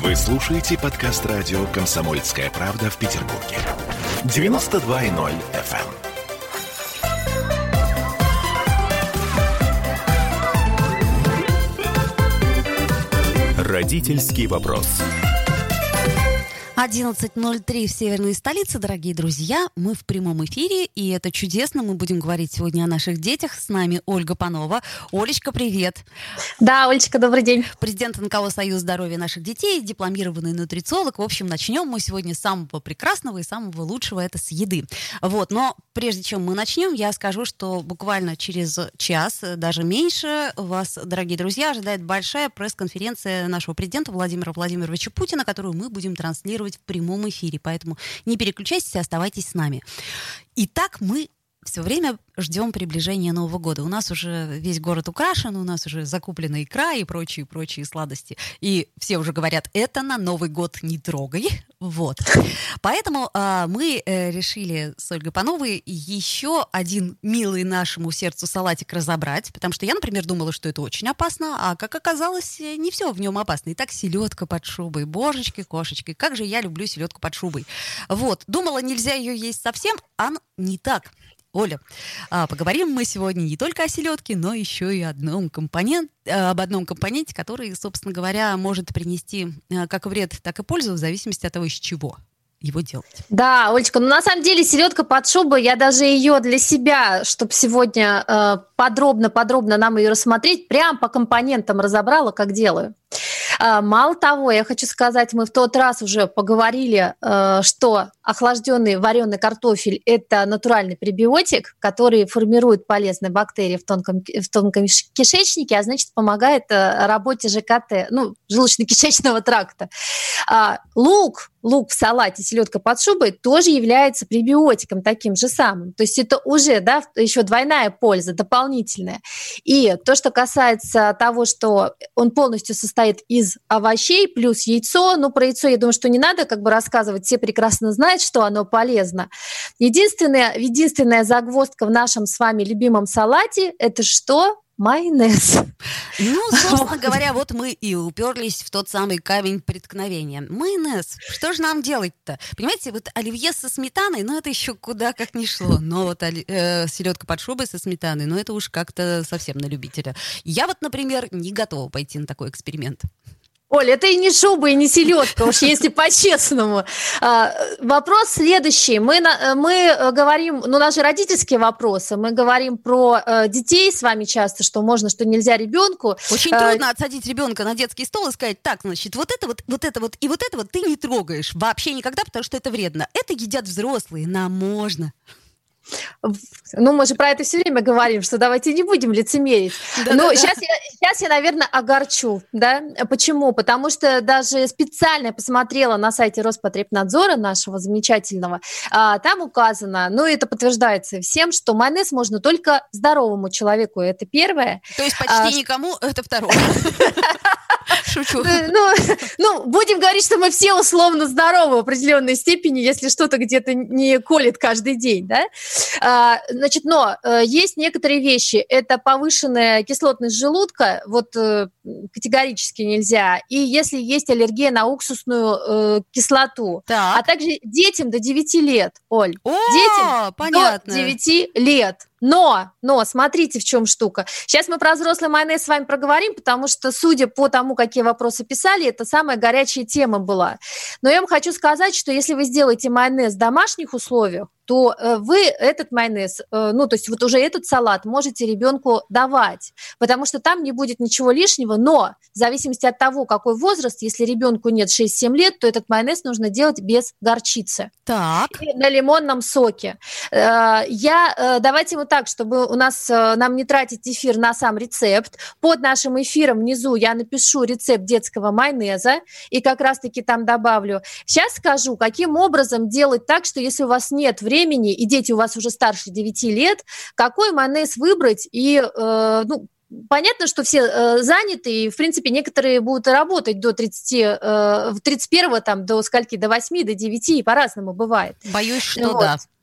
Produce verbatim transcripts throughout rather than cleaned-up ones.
Вы слушаете подкаст радио «Комсомольская правда» в Петербурге. девяносто два и ноль эф эм. Родительский вопрос. одиннадцать ноль три в северной столице, дорогие друзья. Мы в прямом эфире, и это чудесно. Мы будем говорить сегодня о наших детях. С нами Ольга Панова. Олечка, привет. Да, Олечка, добрый день. Президент эн ка о «Союз здоровья наших детей», дипломированный нутрициолог. В общем, начнем мы сегодня с самого прекрасного и самого лучшего, это с еды. Вот, но прежде чем мы начнем, я скажу, что буквально через час, даже меньше, вас, дорогие друзья, ожидает большая пресс-конференция нашего президента Владимира Владимировича Путина, которую мы будем транслировать в прямом эфире. Поэтому не переключайтесь, оставайтесь с нами. Итак, мы все время ждем приближения Нового года. У нас уже весь город украшен, у нас уже закуплена икра и прочие-прочие сладости. И все уже говорят, это на Новый год не трогай. Вот. Поэтому а, мы э, решили с Ольгой Пановой еще один милый нашему сердцу салатик разобрать, потому что я, например, думала, что это очень опасно, а как оказалось, не все в нем опасно. Итак, селедка под шубой, божечки, кошечки, как же я люблю селедку под шубой. Вот. Думала, нельзя ее есть совсем, а не так. Оля, а, поговорим мы сегодня не только о селедке, но еще и одном компонент, об одном компоненте, который, собственно говоря, может принести как вред, так и пользу в зависимости от того, из чего его делать. Да, Олечка, ну на самом деле селедка под шубой, я даже ее для себя, чтобы сегодня э, подробно-подробно нам ее рассмотреть, прям по компонентам разобрала, как делаю. Э, мало того, я хочу сказать, мы в тот раз уже поговорили, э, что охлажденный вареный картофель – это натуральный пребиотик, который формирует полезные бактерии в тонком, в тонком кишечнике, а значит, помогает э, работе жэ ка тэ, ну, желудочно-кишечного тракта. Э, лук, лук в салате, селедка под шубой тоже является пребиотиком таким же самым. То есть это уже, да, еще двойная польза, дополнительная. И то, что касается того, что он полностью состоит из овощей плюс яйцо, ну, про яйцо, я думаю, что не надо как бы рассказывать, все прекрасно знают, что оно полезно. Единственная, единственная загвоздка в нашем с вами любимом салате – это что? Майонез. Ну, собственно говоря, вот мы и уперлись в тот самый камень преткновения. Майонез. Что же нам делать-то? Понимаете, вот оливье со сметаной, ну, это еще куда как ни шло. Но вот э, селедка под шубой со сметаной, ну, это уж как-то совсем на любителя. Я вот, например, не готова пойти на такой эксперимент. Оля, это и не шуба, и не селедка, уж если по-честному. Вопрос следующий. Мы, мы говорим, ну, наши родительские вопросы, мы говорим про детей с вами часто, что можно, что нельзя ребенку. Очень трудно отсадить ребенка на детский стол и сказать, так, значит, вот это вот, вот это вот и вот это вот ты не трогаешь вообще никогда, потому что это вредно. Это едят взрослые, нам можно. Ну, мы же про это все время говорим, что давайте не будем лицемерить. Да, Но да, сейчас, да. Я, сейчас я, наверное, огорчу. Да? Почему? Потому что даже специально я посмотрела на сайте Роспотребнадзора нашего замечательного, а, там указано, ну, это подтверждается всем, что майонез можно только здоровому человеку, это первое. То есть почти а, никому, это второе. Шучу. Ну, ну, будем говорить, что мы все условно здоровы в определенной степени, если что-то где-то не колет каждый день, да? А, значит, но э, есть некоторые вещи. Это повышенная кислотность желудка, вот э, категорически нельзя. И если есть аллергия на уксусную э, кислоту, так. А также детям до девяти лет, Оль. О, детям понятно. До девяти лет. Но, но, смотрите, в чем штука. Сейчас мы про взрослый майонез с вами проговорим, потому что, судя по тому, какие вопросы писали, это самая горячая тема была. Но я вам хочу сказать, что если вы сделаете майонез в домашних условиях, то э, вы этот майонез, э, ну, то есть вот уже этот салат можете ребенку давать, потому что там не будет ничего лишнего, но в зависимости от того, какой возраст, если ребенку нет шесть-семь лет, то этот майонез нужно делать без горчицы. Так. И на лимонном соке. Э, я, э, давайте вот так, чтобы у нас, э, нам не тратить эфир на сам рецепт, под нашим эфиром внизу я напишу рецепт детского майонеза, и как раз-таки там добавлю. Сейчас скажу, каким образом делать так, что если у вас нет времени, времени, и дети у вас уже старше девяти лет, какой майонез выбрать, и, э, ну, понятно, что все э, заняты, и, в принципе, некоторые будут работать до тридцати, э, тридцать первого, там, до скольки, до восьми, до девяти, и по-разному бывает. Боюсь, что вот. да.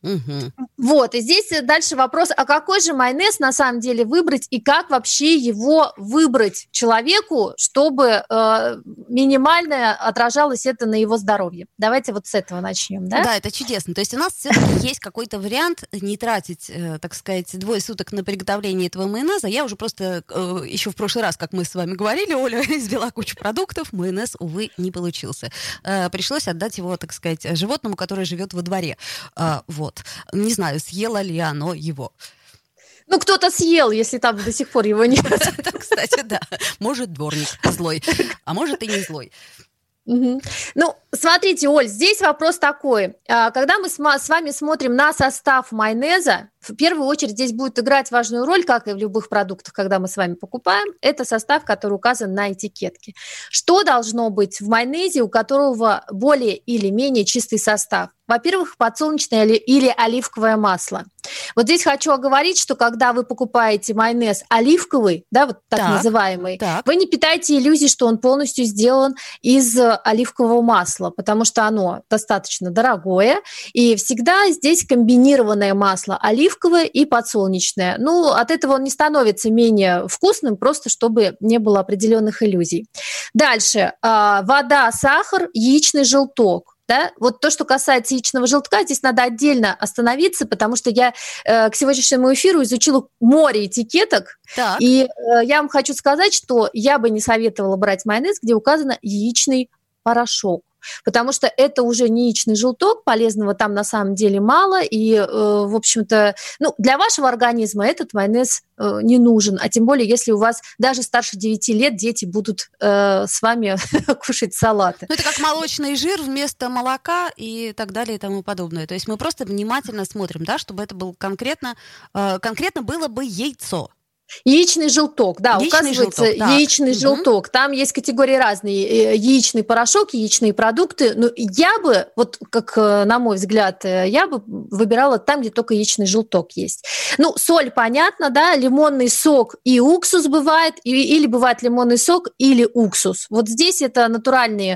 Угу. Вот, и здесь дальше вопрос, а какой же майонез на самом деле выбрать и как вообще его выбрать человеку, чтобы э, минимально отражалось это на его здоровье. Давайте вот с этого начнем, да? Да, это чудесно. То есть у нас все-таки есть какой-то вариант не тратить, э, так сказать, двое суток на приготовление этого майонеза. Я уже просто э, еще в прошлый раз, как мы с вами говорили, Оля извела кучу продуктов, майонез, увы, не получился. Э, пришлось отдать его, так сказать, животному, которое живет во дворе. Э, вот. Не знаю, съело ли оно его. Ну, кто-то съел, если там до сих пор его нет. Кстати, да. Может, дворник злой, а может и не злой. Угу. Ну, смотрите, Оль, здесь вопрос такой. Когда мы с вами смотрим на состав майонеза, в первую очередь здесь будет играть важную роль, как и в любых продуктах, когда мы с вами покупаем, это состав, который указан на этикетке. Что должно быть в майонезе, у которого более или менее чистый состав? Во-первых, подсолнечное или оливковое масло. Вот здесь хочу оговорить, что когда вы покупаете майонез оливковый, да, вот так, так называемый, так. вы не питаете иллюзий, что он полностью сделан из оливкового масла, потому что оно достаточно дорогое, и всегда здесь комбинированное масло оливковое и подсолнечное. Ну, от этого он не становится менее вкусным, просто чтобы не было определенных иллюзий. Дальше. Вода, сахар, яичный желток. Да? Вот то, что касается яичного желтка, здесь надо отдельно остановиться, потому что я э, к сегодняшнему эфиру изучила море этикеток, так. и э, я вам хочу сказать, что я бы не советовала брать майонез, где указано яичный порошок. Потому что это уже не яичный желток, полезного там на самом деле мало, и, э, в общем-то, ну, для вашего организма этот майонез э, не нужен, а тем более, если у вас даже старше девяти лет дети будут э, с вами кушать салаты. Ну, это как молочный жир вместо молока и так далее и тому подобное. То есть мы просто внимательно смотрим, да, чтобы это был конкретно, э, конкретно было бы яйцо. Яичный желток, да, яичный указывается желток, яичный угу. желток. Там есть категории разные. Яичный порошок, яичные продукты. Но я бы, вот как на мой взгляд, я бы выбирала там, где только яичный желток есть. Ну, соль, понятно, да, лимонный сок и уксус бывает, или бывает лимонный сок или уксус. Вот здесь это натуральные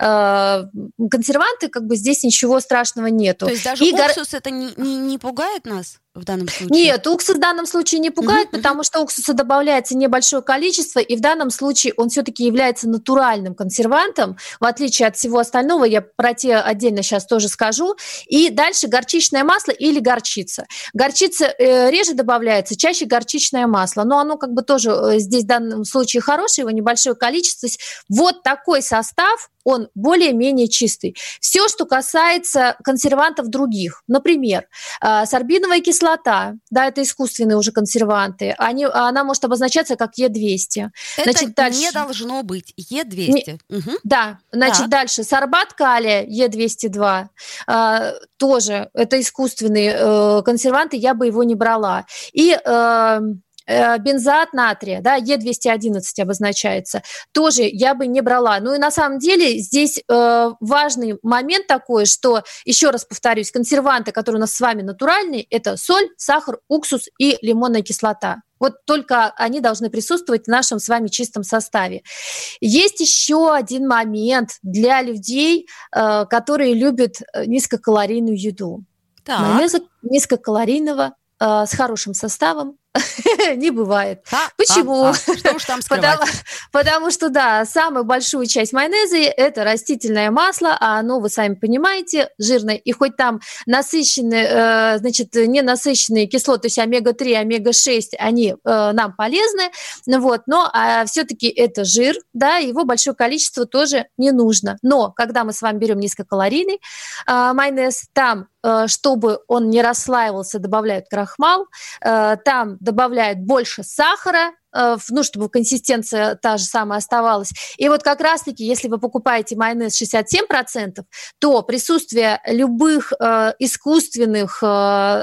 э, консерванты, как бы здесь ничего страшного нету. То есть даже и уксус гор... это не, не, не пугает нас? В данном случае? Нет, уксус в данном случае не пугает, uh-huh, потому uh-huh. что уксуса добавляется небольшое количество, и в данном случае он все-таки является натуральным консервантом, в отличие от всего остального, я про те отдельно сейчас тоже скажу. И дальше горчичное масло или горчица. Горчица э, реже добавляется, чаще горчичное масло, но оно как бы тоже э, здесь в данном случае хорошее, его небольшое количество. Вот такой состав, он более-менее чистый. Все, что касается консервантов других, например, э, сорбиновая кислота, да, это искусственные уже консерванты, они, она может обозначаться как Е двести. Это значит, дальше... не должно быть Е двести. Не... Угу. Да, значит, так. Дальше сорбат калия Е двести два, э, тоже это искусственные э, консерванты, я бы его не брала. И... Э, бензоат натрия, да, Е двести одиннадцать обозначается, тоже я бы не брала. Ну и на самом деле здесь э, важный момент такой, что, еще раз повторюсь, консерванты, которые у нас с вами натуральные, это соль, сахар, уксус и лимонная кислота. Вот только они должны присутствовать в нашем с вами чистом составе. Есть еще один момент для людей, э, которые любят низкокалорийную еду. Так. Майонеза низкокалорийного э, с хорошим составом не бывает. А, Почему? А, а. Что уж там скрывать? Потому, потому что, да, самую большую часть майонеза – это растительное масло, а оно, вы сами понимаете, жирное. И хоть там насыщенные, э, значит, ненасыщенные кислоты, то есть омега три, омега шесть, они э, нам полезны, вот, но а все-таки это жир, да, его большое количество тоже не нужно. Но когда мы с вами берем низкокалорийный э, майонез, там, э, чтобы он не расслаивался, добавляют крахмал, э, там добавляют больше сахара, ну, чтобы консистенция та же самая оставалась. И вот как раз-таки, если вы покупаете майонез шестьдесят семь процентов, то присутствие любых э, искусственных э,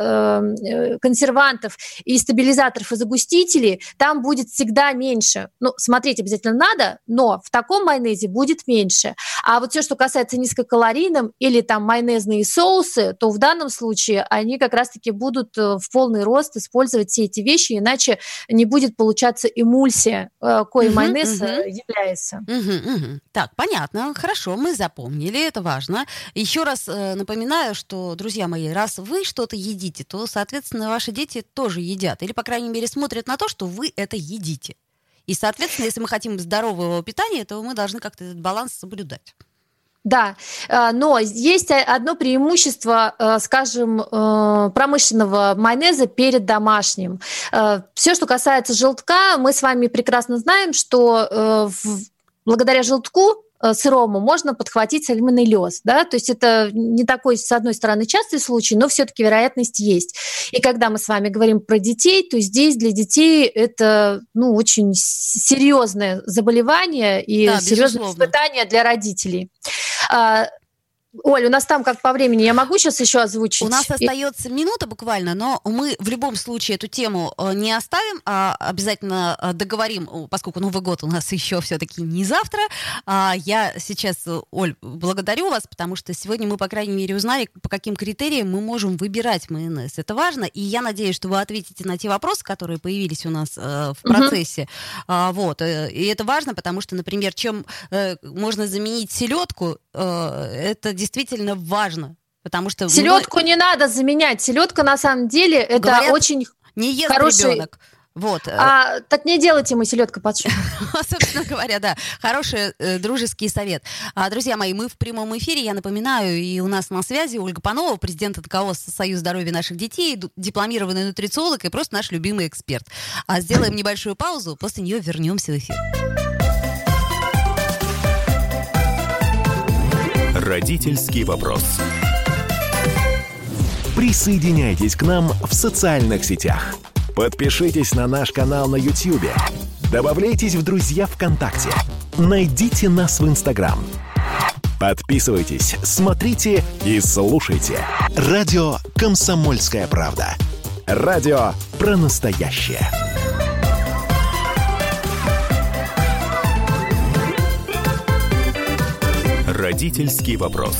э, консервантов и стабилизаторов и загустителей там будет всегда меньше. Ну, смотреть обязательно надо, но в таком майонезе будет меньше. А вот все, что касается низкокалорийным или там майонезные соусы, то в данном случае они как раз-таки будут в полный рост использовать все эти вещи, иначе не будет получаться создается эмульсия, кой Мгм, майонез мгм. э, является. Мгм, мгм. Так, понятно, хорошо, мы запомнили, это важно. Еще раз э, напоминаю, что, друзья мои, раз вы что-то едите, то, соответственно, ваши дети тоже едят. Или, по крайней мере, смотрят на то, что вы это едите. И, соответственно, если мы хотим здорового питания, то мы должны как-то этот баланс соблюдать. Да, э, но есть о- одно преимущество, э, скажем, э, промышленного майонеза перед домашним. Все, что касается желтка, мы с вами прекрасно знаем, что э, в- благодаря желтку э, сырому можно подхватить сальмонеллез, да, то есть это не такой, с одной стороны, частый случай, но все-таки вероятность есть. И когда мы с вами говорим про детей, то здесь для детей это, ну, очень с- серьезное заболевание и Да, серьезное безусловно. испытание для родителей. А, Оль, у нас там как по времени, я могу сейчас еще озвучить? У нас И- остается минута буквально, но мы в любом случае эту тему э, не оставим, а обязательно э, договорим, о, поскольку Новый год у нас еще все-таки не завтра. А, Я сейчас, э, Оль, благодарю вас, потому что сегодня мы, по крайней мере, узнали, по каким критериям мы можем выбирать майонез. Это важно, и я надеюсь, что вы ответите на те вопросы, которые появились у нас э, в Мгм. процессе. А, Вот, э, и это важно, потому что, например, чем э, можно заменить селедку, э, это действительно важно. Потому что мно- Селедку не надо заменять. Селедка на самом деле это Говорят, очень не ест хороший. ребенок. Вот, э, А, так не делайте ему селедка под шубой. собственно говоря, да, хороший э, дружеский совет. А, друзья мои, мы в прямом эфире, я напоминаю, и у нас на связи Ольга Панова, президент эн ка о Союз здоровья наших детей, ду- дипломированный нутрициолог и просто наш любимый эксперт. А сделаем небольшую паузу, после нее вернемся в эфир. Родительский вопрос. Присоединяйтесь к нам в социальных сетях. Подпишитесь на наш канал на YouTube. Добавляйтесь в друзья ВКонтакте. Найдите нас в Инстаграм. Подписывайтесь, смотрите и слушайте. Радио «Комсомольская правда». Радио про настоящее. Родительский вопрос.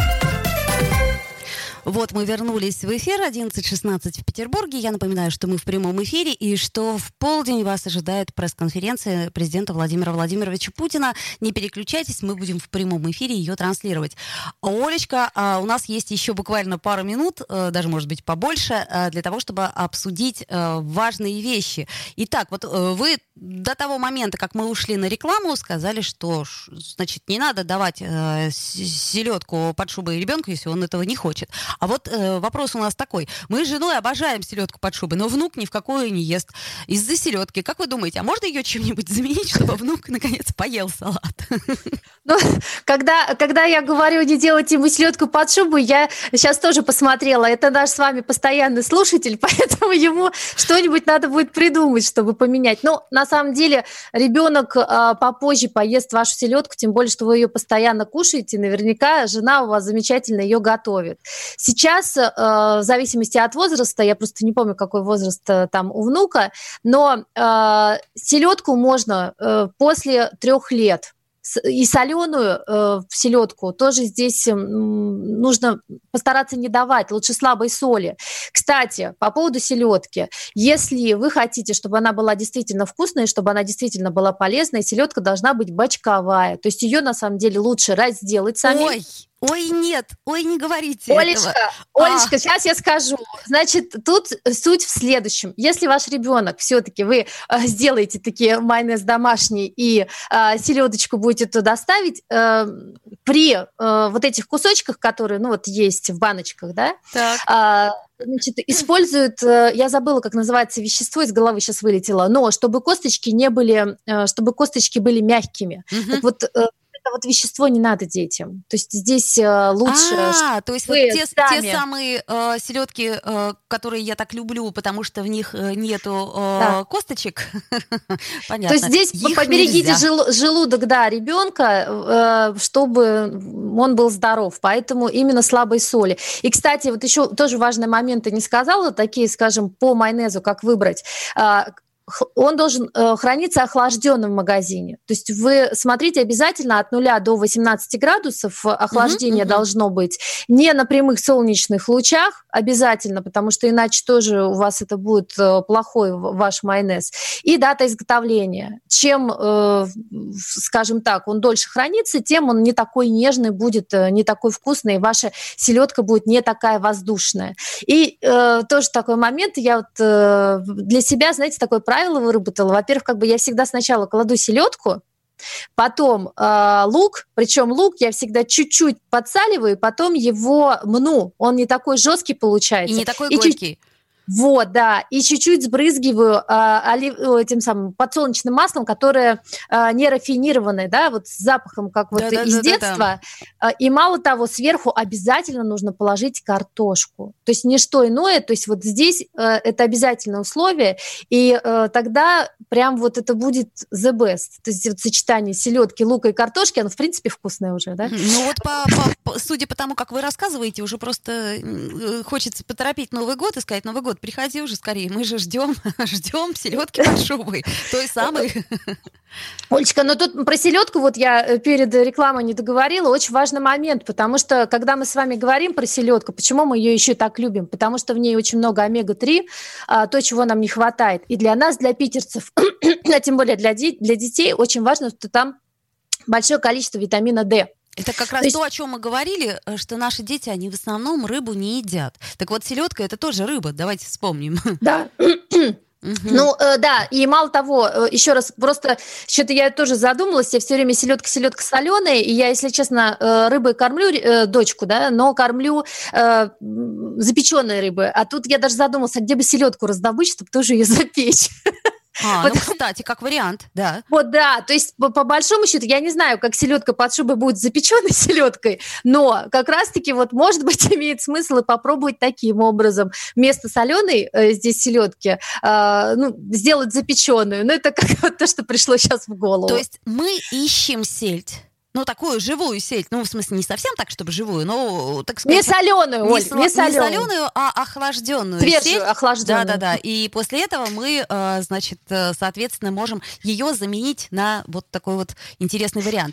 Вот мы вернулись в эфир, одиннадцать шестнадцать в Петербурге. Я напоминаю, что мы в прямом эфире и что в полдень вас ожидает пресс-конференция президента Владимира Владимировича Путина. Не переключайтесь, мы будем в прямом эфире ее транслировать. Олечка, а, у нас есть еще буквально пару минут, э, даже, может быть, побольше, э, для того, чтобы обсудить э, важные вещи. Итак, вот э, вы до того момента, как мы ушли на рекламу, сказали, что, ш- значит, не надо давать э, с- селедку под шубой ребенку, если он этого не хочет. А вот э, вопрос у нас такой. Мы с женой обожаем селедку под шубой, но внук ни в какую не ест из-за селедки. Как вы думаете, а можно ее чем-нибудь заменить, чтобы внук наконец поел салат? Ну, когда, когда я говорю не делать ему селедку под шубу, я сейчас тоже посмотрела. Это наш с вами постоянный слушатель, поэтому ему что-нибудь надо будет придумать, чтобы поменять. Но на самом деле ребенок а, попозже поест вашу селедку, тем более, что вы ее постоянно кушаете. Наверняка жена у вас замечательно ее готовит. Сейчас, а, в зависимости от возраста, я просто не помню, какой возраст а, там у внука, но а, селедку можно а, после трех лет. И соленую э, селедку тоже здесь э, нужно постараться не давать, лучше слабой соли. Кстати, по поводу селедки, если вы хотите, чтобы она была действительно вкусной, чтобы она действительно была полезной, селедка должна быть бочковая, то есть ее на самом деле лучше разделать сами. Ой, ой, нет, ой, не говорите Олечка, этого. Олечка, сейчас я скажу. Значит, тут суть в следующем. Если ваш ребенок все-таки вы э, сделаете такие майонез домашний и э, селедочку будете туда ставить, э, при э, вот этих кусочках, которые, ну вот есть в баночках, да, Так. а, значит, используют, э, я забыла, как называется вещество, из головы сейчас вылетело, но чтобы косточки не были, э, чтобы косточки были мягкими. Мгм. Так вот, э, это вот вещество не надо детям. То есть здесь э, лучше... А, то есть вот вы те, сами. те самые э, селедки, э, которые я так люблю, потому что в них э, нету э, Да. косточек. То Понятно. есть здесь Их поберегите нельзя. жел- желудок, да, ребенка, э, чтобы он был здоров. Поэтому именно слабой соли. И, кстати, вот еще тоже важный момент, ты не сказала, такие, скажем, по майонезу, как выбрать. А, он должен э, храниться охлажденным в магазине. То есть вы смотрите обязательно от нуля до восемнадцати градусов охлаждение uh-huh, uh-huh. должно быть. Не на прямых солнечных лучах обязательно, потому что иначе тоже у вас это будет э, плохой ваш майонез. И дата изготовления. Чем, э, скажем так, он дольше хранится, тем он не такой нежный будет, э, не такой вкусный, и ваша селедка будет не такая воздушная. И э, тоже такой момент, я вот э, для себя, знаете, такое правило выработала. Во-первых, как бы я всегда сначала кладу селедку, потом э, лук, причем лук я всегда чуть-чуть подсаливаю, потом его мну, он не такой жесткий получается. И не такой горький. Чуть... Вот, да, и чуть-чуть сбрызгиваю а, олив... этим самым подсолнечным маслом, которое а, не рафинированное, да, вот с запахом, как вот да, из да, детства. Да, да. И мало того, сверху обязательно нужно положить картошку. То есть не что иное, то есть вот здесь а, это обязательное условие, и а, тогда прям вот это будет the best. То есть вот сочетание селедки, лука и картошки, оно в принципе вкусное уже, да? Ну вот по, по, судя по тому, как вы рассказываете, уже просто хочется поторопить Новый год и сказать: Новый год, приходи уже скорее, мы же ждем, ждем селедки под шубой, той самой. Олечка, но тут про селедку, вот я перед рекламой не договорила, очень важный момент, потому что, когда мы с вами говорим про селедку, почему мы ее еще так любим? Потому что в ней очень много омега три, то, чего нам не хватает. И для нас, для питерцев, а тем более для, для детей, очень важно, что там большое количество витамина D. Это как раз то, есть... то, о чем мы говорили, что наши дети, они в основном рыбу не едят. Так вот, селедка — это тоже рыба, давайте вспомним. Да. Uh-huh. Ну, э, да, и мало того, э, еще раз, просто что-то я тоже задумалась, я все время селедка, селедка соленая, и я, если честно, э, рыбой кормлю э, дочку, да, но кормлю э, запеченной рыбой. А тут я даже задумалась, а где бы селедку раздобыть, чтобы тоже ее запечь. А, вот, ну, кстати, как вариант, да. Вот, да, то есть, по, по большому счету, я не знаю, как селедка под шубой будет запеченной селедкой, но как раз-таки, вот, может быть, имеет смысл и попробовать таким образом. Вместо соленой э, здесь селедки, э, ну, сделать запеченную. Ну, это как вот то, что пришло сейчас в голову. То есть мы ищем сельдь. Ну, такую живую сельдь. Ну, в смысле, не совсем так, чтобы живую, но, так сказать... Не соленую, Оль, не, не соленую. Не соленую, а охлажденную Свежую, сельдь. охлажденную. Да-да-да. И после этого мы, значит, соответственно, можем ее заменить на вот такой вот интересный вариант.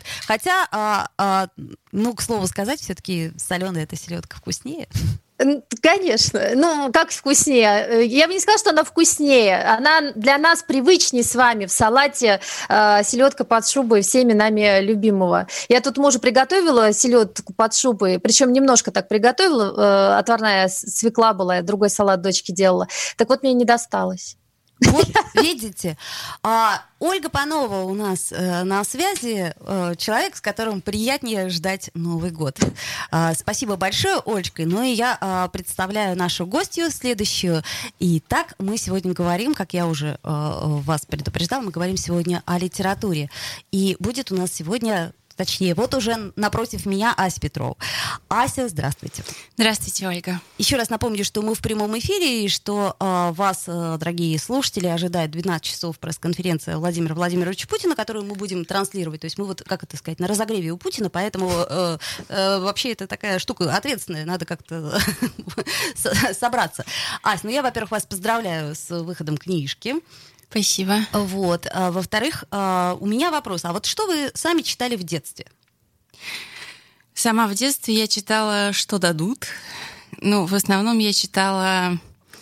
Хотя, ну, к слову сказать, все-таки соленая эта селедка вкуснее. Конечно. Ну, как вкуснее? Я бы не сказала, что она вкуснее. Она для нас привычнее с вами в салате э, селедка под шубой, всеми нами любимого. Я тут мужу приготовила селедку под шубой, причем немножко так приготовила. Э, отварная свекла была, я другой салат дочке делала. Так вот, мне не досталось. Вот, видите, а, Ольга Панова у нас э, на связи, э, человек, с которым приятнее ждать Новый год. А, спасибо большое, Олечка. Ну и я а, представляю нашу гостью следующую. Итак, мы сегодня говорим, как я уже э, вас предупреждала, мы говорим сегодня о литературе. И будет у нас сегодня... Точнее, вот уже напротив меня Ася Петрова. Ася, здравствуйте. Здравствуйте, Ольга. Еще раз напомню, что мы в прямом эфире, и что э, вас, э, дорогие слушатели, ожидает двенадцать часов пресс-конференция Владимира Владимировича Путина, которую мы будем транслировать. То есть мы вот, как это сказать, на разогреве у Путина, поэтому э, э, вообще это такая штука ответственная, надо как-то собраться. Ася, ну я, во-первых, вас поздравляю с выходом книжки. Спасибо. Вот. А, во-вторых, а, у меня вопрос. А вот что вы сами читали в детстве? Сама в детстве я читала «Что дадут». Ну, в основном я читала...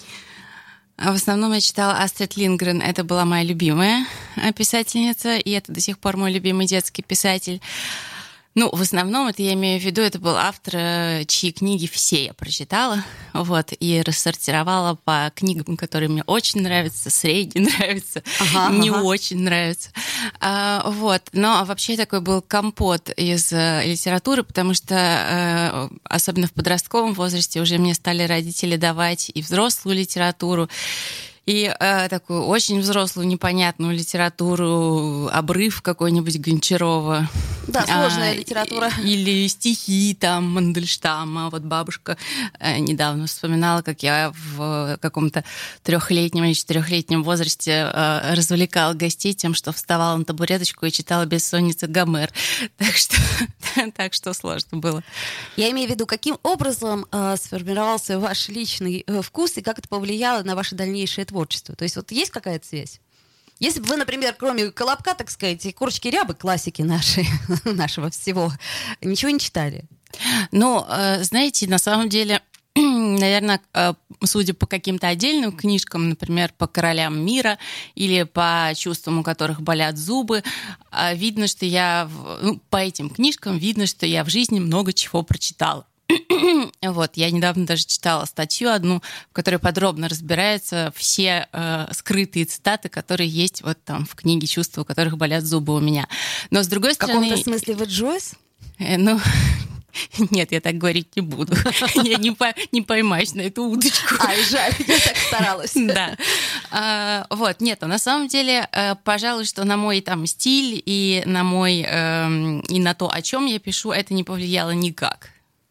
В основном я читала Астрид Линдгрен. Это была моя любимая писательница, и это до сих пор мой любимый детский писатель. Ну, в основном, это я имею в виду, это был автор, чьи книги все я прочитала, вот, и рассортировала по книгам, которые мне очень нравятся, средне нравятся, ага, не ага. очень нравятся. А, вот, но вообще такой был компот из э, литературы, потому что, э, особенно в подростковом возрасте, уже мне стали родители давать и взрослую литературу, и э, такую очень взрослую, непонятную литературу, обрыв какой-нибудь Гончарова. Да, сложная а, литература. Или стихи там Мандельштама. Вот бабушка э, недавно вспоминала, как я в каком-то трехлетнем или четырехлетнем возрасте э, развлекала гостей тем, что вставала на табуреточку и читала бессонницы Гомер. Так что, так что сложно было. Я имею в виду, каким образом э, сформировался ваш личный э, вкус и как это повлияло на ваше дальнейшее творчество? То есть вот есть какая-то связь? Если бы вы, например, кроме «Колобка», так сказать, и «Курочки Рябы», классики нашей, нашего всего, ничего не читали? Ну, знаете, на самом деле... Наверное, судя по каким-то отдельным книжкам, например, по «Королям мира» или по «Чувствам, у которых болят зубы», видно, что я... Ну, по этим книжкам видно, что я в жизни много чего прочитала. Вот, я недавно даже читала статью одну, в которой подробно разбираются все э, скрытые цитаты, которые есть вот там в книге «Чувства, у которых болят зубы» у меня. Но с другой стороны... В каком-то смысле вы Джойс? Э, ну... Нет, я так говорить не буду. Я не, по, не поймаюсь на эту удочку. Ай, жаль, я так старалась. Да. А, вот, нет, на самом деле, пожалуй, что на мой там стиль и на мой э, и на то, о чем я пишу, это не повлияло никак.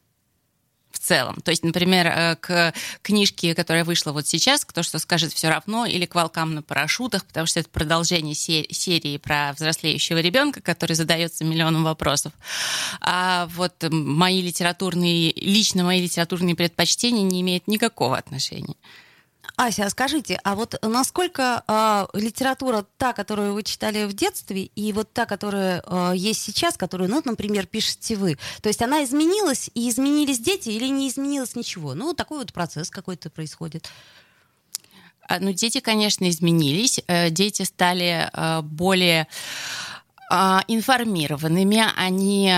В целом. То есть, например, к книжке, которая вышла вот сейчас, «Кто что скажет, все равно», или к «Волкам на парашютах», потому что это продолжение серии про взрослеющего ребенка, который задается миллионом вопросов. А вот мои литературные, лично мои литературные предпочтения не имеют никакого отношения. Ася, скажите, а вот насколько э, литература, та, которую вы читали в детстве, и вот та, которая э, есть сейчас, которую, ну, например, пишете вы, то есть она изменилась, и изменились дети, или не изменилось ничего? Ну, такой вот процесс какой-то происходит. Ну, дети, конечно, изменились. Дети стали более информированными, они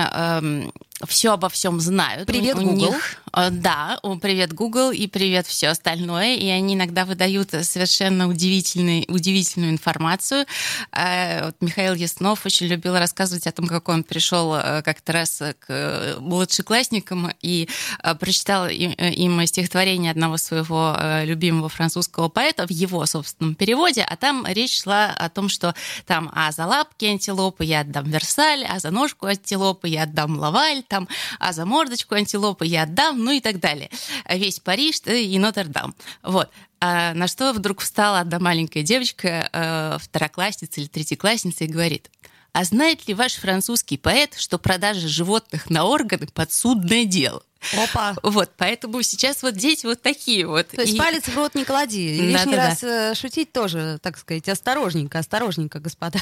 все обо всем знают. Привет, у Google. Них, да, привет, Google, и привет все остальное. И они иногда выдают совершенно удивительную, удивительную информацию. Вот Михаил Яснов очень любил рассказывать о том, как он пришел как-то раз к младшеклассникам и прочитал им стихотворение одного своего любимого французского поэта в его собственном переводе, а там речь шла о том, что там а за лапки антилопы я отдам Версаль, а за ножку антилопы я отдам Лаваль, там, а за мордочку антилопы я отдам, ну и так далее. Весь Париж и Нотр-Дам. Вот. А на что вдруг встала одна маленькая девочка, э, второклассница или третьеклассница, и говорит: а знает ли ваш французский поэт, что продажа животных на органы – подсудное дело? Опа. Вот, поэтому сейчас вот дети вот такие вот. То есть и... палец в рот не клади. Да, Лишний да, раз да. шутить тоже, так сказать, осторожненько, осторожненько, господа.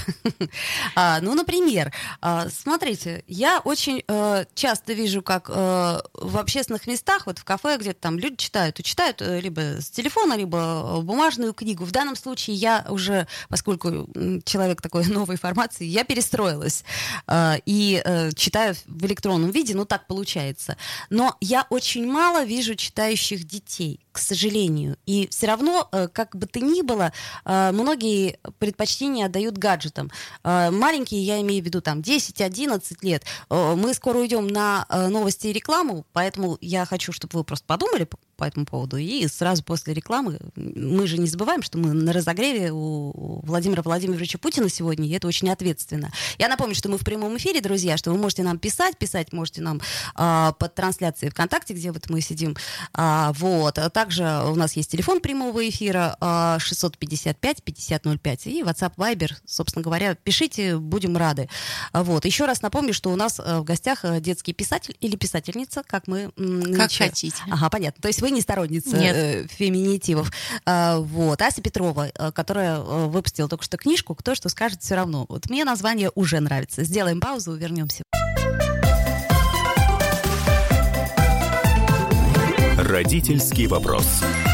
а, ну, например, а, смотрите, я очень а, часто вижу, как а, в общественных местах, вот в кафе, где-то там люди читают, и читают либо с телефона, либо бумажную книгу. В данном случае я уже, поскольку человек такой новой формации, я перестроилась а, и а, читаю в электронном виде, ну, так получается. Но я очень мало вижу читающих детей, к сожалению. И все равно, как бы то ни было, многие предпочтения отдают гаджетам. Маленькие, я имею в виду там десять-одиннадцать лет. Мы скоро уйдем на новости и рекламу, поэтому я хочу, чтобы вы просто подумали по этому поводу. И сразу после рекламы, мы же не забываем, что мы на разогреве у Владимира Владимировича Путина сегодня, и это очень ответственно. Я напомню, что мы в прямом эфире, друзья, что вы можете нам писать, писать можете нам а, под трансляцией ВКонтакте, где вот мы сидим. А, вот. А также у нас есть телефон прямого эфира а, шестьсот пятьдесят пять пятьдесят ноль пять и WhatsApp, Viber, собственно говоря, пишите, будем рады. А, вот. Еще раз напомню, что у нас в гостях детский писатель или писательница, как мы... Как ничего. Хотите. Ага, понятно. То есть вы не сторонница э, феминитивов. А, вот. Ася Петрова, которая выпустила только что книжку «Кто что скажет, все равно». Вот мне название уже нравится. Сделаем паузу, вернемся. Родительский вопрос.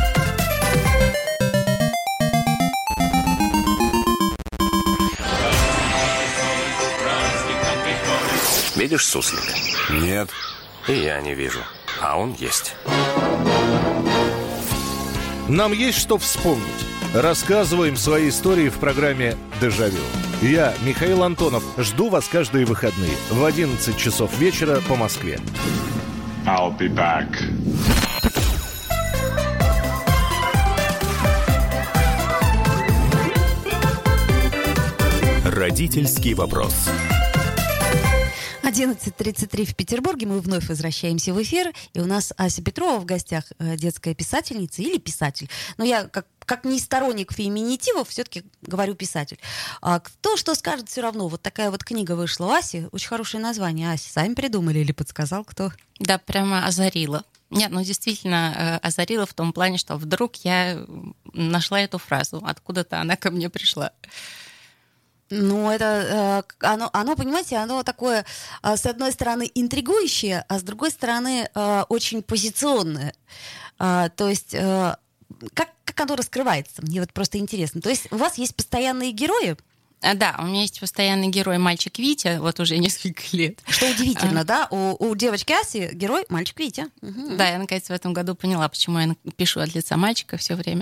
Видишь суслика? Нет. И я не вижу. А он есть. Нам есть что вспомнить. Рассказываем свои истории в программе «Дежавю». Я, Михаил Антонов, жду вас каждые выходные в одиннадцать часов вечера по Москве. I'll be back. Родительский вопрос. одиннадцать тридцать три в Петербурге. Мы вновь возвращаемся в эфир. И у нас Ася Петрова в гостях, детская писательница или писатель. Но я, как, как не сторонник феминитивов, все-таки говорю писатель. А кто что скажет, все равно. Вот такая вот книга вышла у Аси. Очень хорошее название. Ася, сами придумали или подсказал кто? Да, прямо озарила. Нет, ну действительно озарила в том плане, что вдруг я нашла эту фразу. Откуда-то она ко мне пришла. Ну, это, э, оно, оно, понимаете, оно такое, э, с одной стороны, интригующее, а с другой стороны, э, очень позиционное. Э, то есть, э, как, как оно раскрывается? Мне вот просто интересно. То есть, у вас есть постоянные герои? А, да, у меня есть постоянный герой мальчик Витя, вот уже несколько лет. Что удивительно, а, да? У, у девочки Аси герой мальчик Витя. Угу. Да, я наконец в этом году поняла, почему я пишу от лица мальчика все время.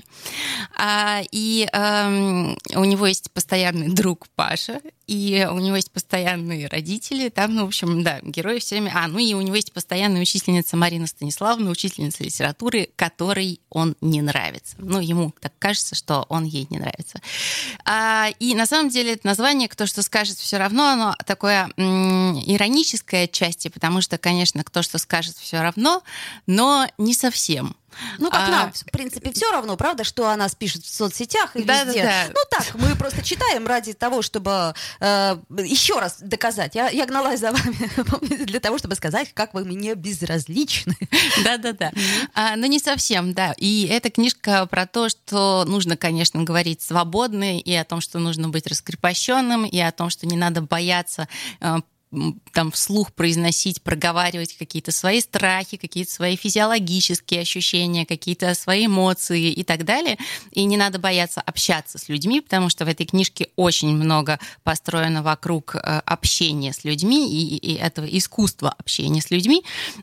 А, и а, у него есть постоянный друг Паша, и у него есть постоянные родители. Там, ну, в общем, да, герои все время... А, ну и у него есть постоянная учительница Марина Станиславовна, учительница литературы, которой он не нравится. Ну, ему так кажется, что он ей не нравится. А, и на самом деле это название «Кто что скажет, все равно», оно такое м- ироническое отчасти, потому что, конечно, кто что скажет, все равно, но не совсем. Ну, как а... нам, в принципе, все равно, правда, что она пишет в соцсетях и да, везде. Да, да. Ну, так, мы просто читаем ради того, чтобы э, еще раз доказать. Я, я гналась за вами для того, чтобы сказать, как вы мне безразличны. Да-да-да. А, но не совсем, да. И эта книжка про то, что нужно, конечно, говорить свободно, и о том, что нужно быть раскрепощенным, и о том, что не надо бояться э, там вслух произносить, проговаривать какие-то свои страхи, какие-то свои физиологические ощущения, какие-то свои эмоции и так далее. И не надо бояться общаться с людьми, потому что в этой книжке очень много построено вокруг общения с людьми и, и этого искусства общения с людьми.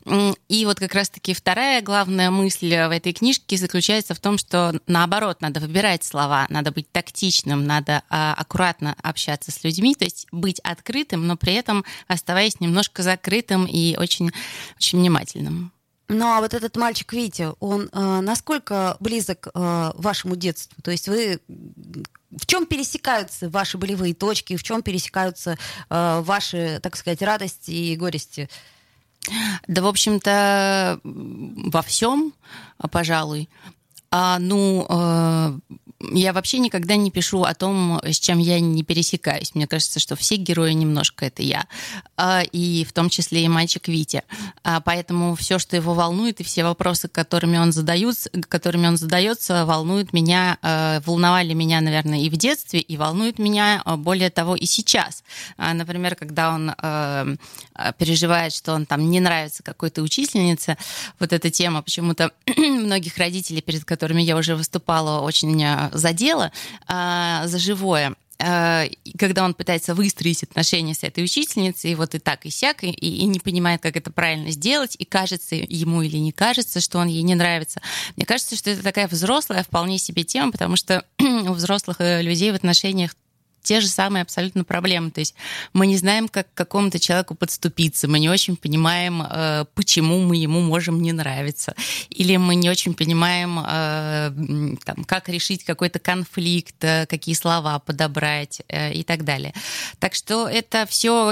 И вот как раз-таки вторая главная мысль в этой книжке заключается в том, что наоборот, надо выбирать слова, надо быть тактичным, надо аккуратно общаться с людьми, то есть быть открытым, но при этом оставаясь немножко закрытым и очень, очень внимательным. Ну, а вот этот мальчик Витя, он э, насколько близок э, вашему детству? То есть вы... В чем пересекаются ваши болевые точки, в чем пересекаются э, ваши, так сказать, радости и горести? Да, в общем-то, во всем, пожалуй. А, ну, э, я вообще никогда не пишу о том, с чем я не пересекаюсь. Мне кажется, что все герои немножко это я, а, и в том числе и мальчик Витя. А, поэтому все, что его волнует, и все вопросы, которыми он задается, которыми он задается, волнуют меня, а, волновали меня, наверное, и в детстве, и волнуют меня, более того, и сейчас. А, например, когда он а, переживает, что он там не нравится какой-то учительнице, вот эта тема почему-то многих родителей, перед которыми я уже выступала, очень задела а, за живое. А, когда он пытается выстроить отношения с этой учительницей, и вот и так, и сяк, и, и не понимает, как это правильно сделать, и кажется ему или не кажется, что он ей не нравится. Мне кажется, что это такая взрослая вполне себе тема, потому что у взрослых людей в отношениях те же самые абсолютно проблемы. То есть мы не знаем, как к какому-то человеку подступиться, мы не очень понимаем, почему мы ему можем не нравиться, или мы не очень понимаем, там, как решить какой-то конфликт, какие слова подобрать и так далее. Так что это все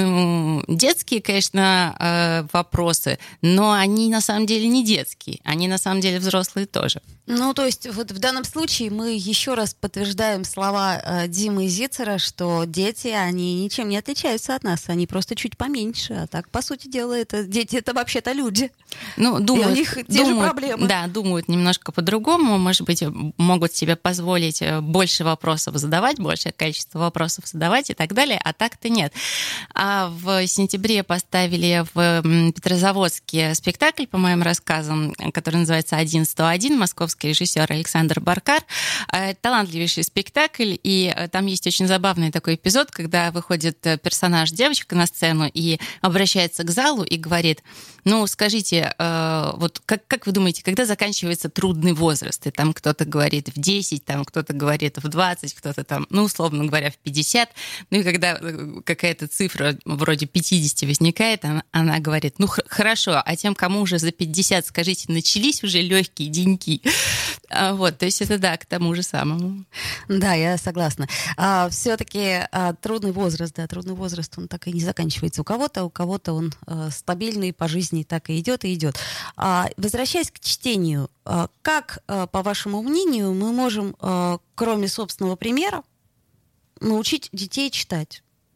детские, конечно, вопросы, но они на самом деле не детские, они на самом деле взрослые тоже. Ну, то есть вот в данном случае мы еще раз подтверждаем слова э, Димы Зицера, что дети, они ничем не отличаются от нас, они просто чуть поменьше, а так, по сути дела, это дети, это вообще-то люди. Ну, думают, и у них те думают, же проблемы. Да, думают немножко по-другому, может быть, могут себе позволить больше вопросов задавать, большее количество вопросов задавать и так далее, а так-то нет. А в сентябре поставили в Петрозаводске спектакль, по моим рассказам, который называется «один сто один», московский режиссер Александр Баркар. Талантливейший спектакль, и там есть очень забавный такой эпизод, когда выходит персонаж девочка на сцену и обращается к залу и говорит: ну, скажите, вот как, как вы думаете, когда заканчивается трудный возраст? И там кто-то говорит в десять, там кто-то говорит в двадцать, кто-то там, ну, условно говоря, в пятьдесят. Ну и когда какая-то цифра вроде пятьдесят возникает, она, она говорит: ну, х- хорошо, а тем, кому уже за пятьдесят, скажите, начались уже легкие деньки? Вот, то есть это, да, к тому же самому. Да, я согласна. А, все-таки а, трудный возраст, да, трудный возраст, он так и не заканчивается у кого-то, у кого-то он а, стабильный по жизни, так и идет и идет. А, возвращаясь к чтению, а, как, а, по вашему мнению, мы можем, а, кроме собственного примера, научить детей читать?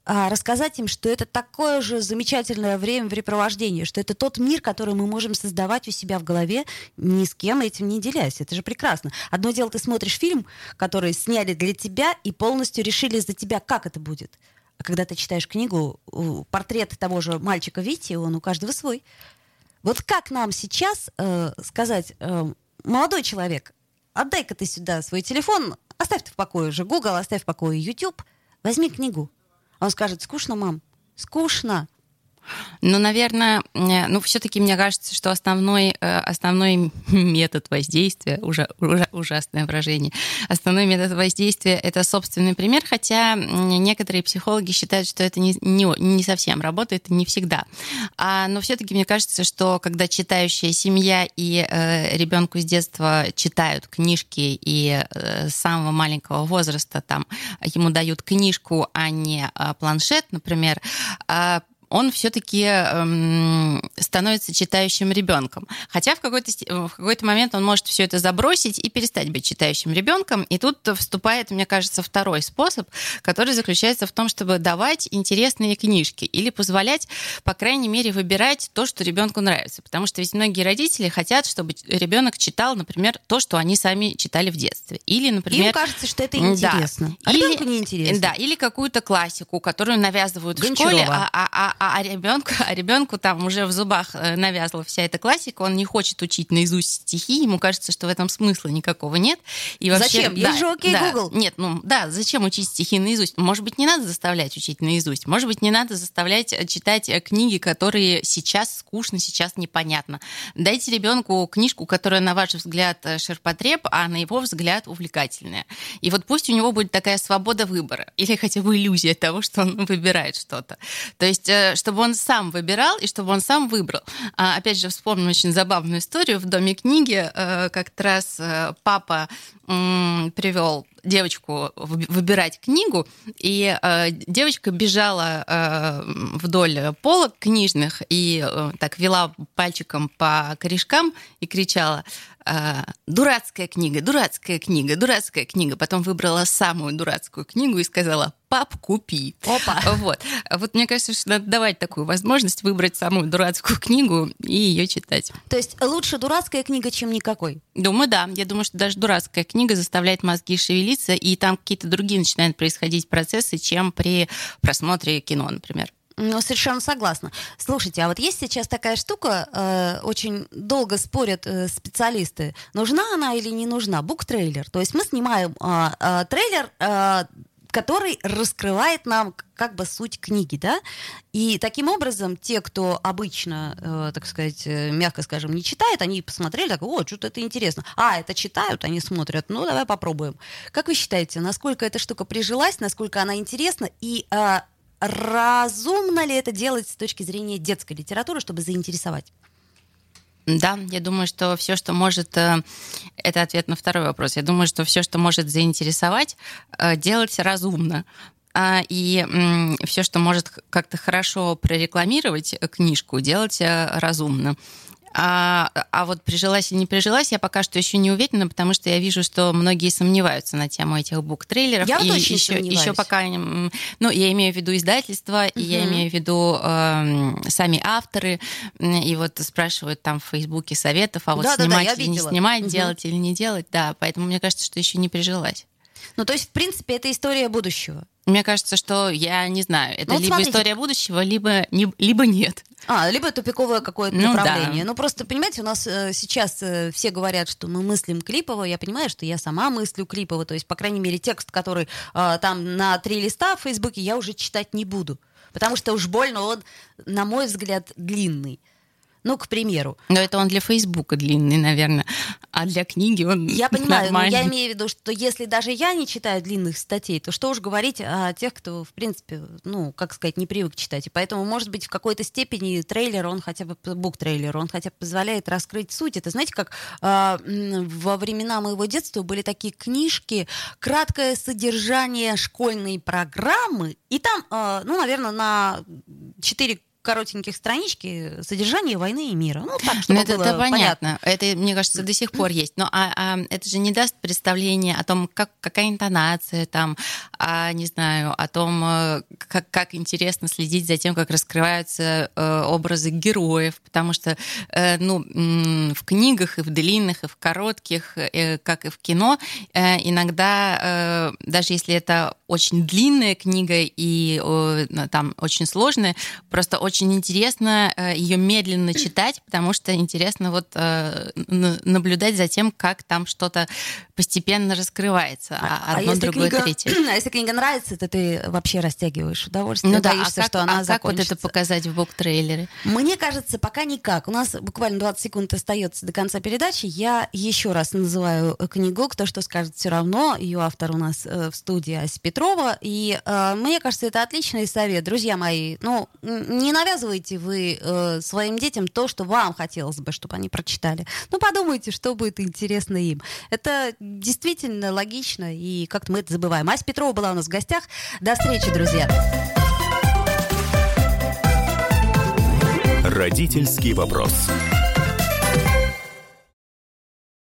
а, рассказать им, что это такое же замечательное времяпрепровождение, что это тот мир, который мы можем создавать у себя в голове, ни с кем этим не делясь. Это же прекрасно. Одно дело, ты смотришь фильм, который сняли для тебя и полностью решили за тебя, как это будет. А когда ты читаешь книгу, портрет того же мальчика Вити, он у каждого свой. Вот как нам сейчас э, сказать, э, молодой человек, отдай-ка ты сюда свой телефон, оставь ты в покое же Google, оставь в покое YouTube, возьми книгу. Он скажет: скучно, мам, скучно. Ну, наверное, ну, все-таки мне кажется, что основной, основной метод воздействия, ужа, ужа, ужасное выражение, основной метод воздействия — это собственный пример, хотя некоторые психологи считают, что это не, не, не совсем работает, не всегда. А, но все-таки мне кажется, что когда читающая семья и э, ребенку с детства читают книжки, и э, с самого маленького возраста там ему дают книжку, а не э, планшет, например, э, он все-таки эм, становится читающим ребенком. Хотя в какой-то, в какой-то момент он может все это забросить и перестать быть читающим ребенком. И тут вступает, мне кажется, второй способ, который заключается в том, чтобы давать интересные книжки или позволять, по крайней мере, выбирать то, что ребенку нравится. Потому что ведь многие родители хотят, чтобы ребенок читал, например, то, что они сами читали в детстве. Или, например, им кажется, что это интересно. Да. А или, ребенку не интересно. Да, или какую-то классику, которую навязывают Гончарова. в школе, а, а, а, а ребенку, а ребенку там уже в зубах навязла вся эта классика, он не хочет учить наизусть стихи, ему кажется, что в этом смысла никакого нет. И вообще, зачем? Да, Есть же окей, да, Google. Нет, ну да, зачем учить стихи наизусть? Может быть, не надо заставлять учить наизусть, может быть, не надо заставлять читать книги, которые сейчас скучно, сейчас непонятно. Дайте ребенку книжку, которая, на ваш взгляд, ширпотреб, а на его взгляд увлекательная. И вот пусть у него будет такая свобода выбора, или хотя бы иллюзия того, что он выбирает что-то. То есть, чтобы он сам выбирал и чтобы он сам выбрал. А, опять же, вспомним очень забавную историю. В Доме книги э, как-то раз э, папа э, привел девочку выбирать книгу, и э, девочка бежала э, вдоль полок книжных и э, так вела пальчиком по корешкам и кричала: «Дурацкая книга, дурацкая книга, дурацкая книга». Потом выбрала самую дурацкую книгу и сказала: «Пап, купи». Опа. Вот. Вот мне кажется, что надо давать такую возможность выбрать самую дурацкую книгу и ее читать. То есть лучше дурацкая книга, чем никакой? Думаю, да. Я думаю, что даже дурацкая книга заставляет мозги шевелиться, и там какие-то другие начинают происходить процессы, чем при просмотре кино, например. Ну, совершенно согласна. Слушайте, а вот есть сейчас такая штука, э, очень долго спорят э, специалисты, нужна она или не нужна, буктрейлер. То есть мы снимаем э, э, трейлер, э, который раскрывает нам как бы суть книги, да? И таким образом те, кто обычно, э, так сказать, э, мягко скажем, не читает, они посмотрели, так: о, что-то это интересно. А, это читают, они смотрят, ну, давай попробуем. Как вы считаете, насколько эта штука прижилась, насколько она интересна, и э, разумно ли это делать с точки зрения детской литературы, чтобы заинтересовать? Да, я думаю, что все, что может... Это ответ на второй вопрос. Я думаю, что все, что может заинтересовать, делать разумно. И все, что может как-то хорошо прорекламировать книжку, делать разумно. А, а вот прижилась или не прижилась, я пока что еще не уверена, потому что я вижу, что многие сомневаются на тему этих буктрейлеров. Я и вот очень еще, сомневаюсь. еще пока, ну, я имею в виду издательства, угу. и я имею в виду э, сами авторы, и вот спрашивают там в Фейсбуке советов, а вот да, снимать да, да, или не снимать, угу. делать или не делать, да, поэтому мне кажется, что еще не прижилась. Ну, то есть, в принципе, это история будущего. Мне кажется, что, я не знаю, это ну, вот либо смотрите. история будущего, либо, не, либо нет. А, либо тупиковое какое-то ну, направление. Да. Ну, просто, понимаете, у нас э, сейчас э, все говорят, что мы мыслим клипово. Я понимаю, что я сама мыслю клипово. То есть, по крайней мере, текст, который э, там на три листа в Фейсбуке, я уже читать не буду. Потому что уж больно он, на мой взгляд, длинный. Ну, к примеру. Но это он для Фейсбука длинный, наверное, а для книги он Я понимаю, нормальный. Но я имею в виду, что если даже я не читаю длинных статей, то что уж говорить о тех, кто, в принципе, ну, как сказать, не привык читать. И поэтому, может быть, в какой-то степени трейлер, он хотя бы, буктрейлер, он хотя бы позволяет раскрыть суть. Это, знаете, как э, во времена моего детства были такие книжки «Краткое содержание школьной программы», и там, э, ну, наверное, на четыре коротеньких странички содержание войны и мира. Ну, так, чтобы ну, это, было это понятно. понятно. Это, мне кажется, до сих пор есть. Но а, а, это же не даст представления о том, как, какая интонация там, а, не знаю, о том, как, как интересно следить за тем, как раскрываются э, образы героев. Потому что э, ну, в книгах, и в длинных, и в коротких, э, как и в кино, э, иногда, э, даже если это очень длинная книга и э, там очень сложная, просто очень интересно э, ее медленно читать, потому что интересно вот э, наблюдать за тем, как там что-то постепенно раскрывается, а одно, а другое, книга, третье. А если книга нравится, то ты вообще растягиваешь удовольствие, Ну да, боишься, а как, что она а как вот закончится. это показать в буктрейлере? Мне кажется, пока никак. У нас буквально двадцать секунд остается до конца передачи. Я еще раз называю книгу «Кто что скажет, все равно». Ее автор у нас э, в студии Ася Петрова. И э, мне кажется, это отличный совет. Друзья мои, ну, не навязывайте вы э, своим детям то, что вам хотелось бы, чтобы они прочитали. Ну, подумайте, что будет интересно им. Это действительно логично, и как-то мы это забываем. Ася Петрова была у нас в гостях. До встречи, друзья. Родительский вопрос.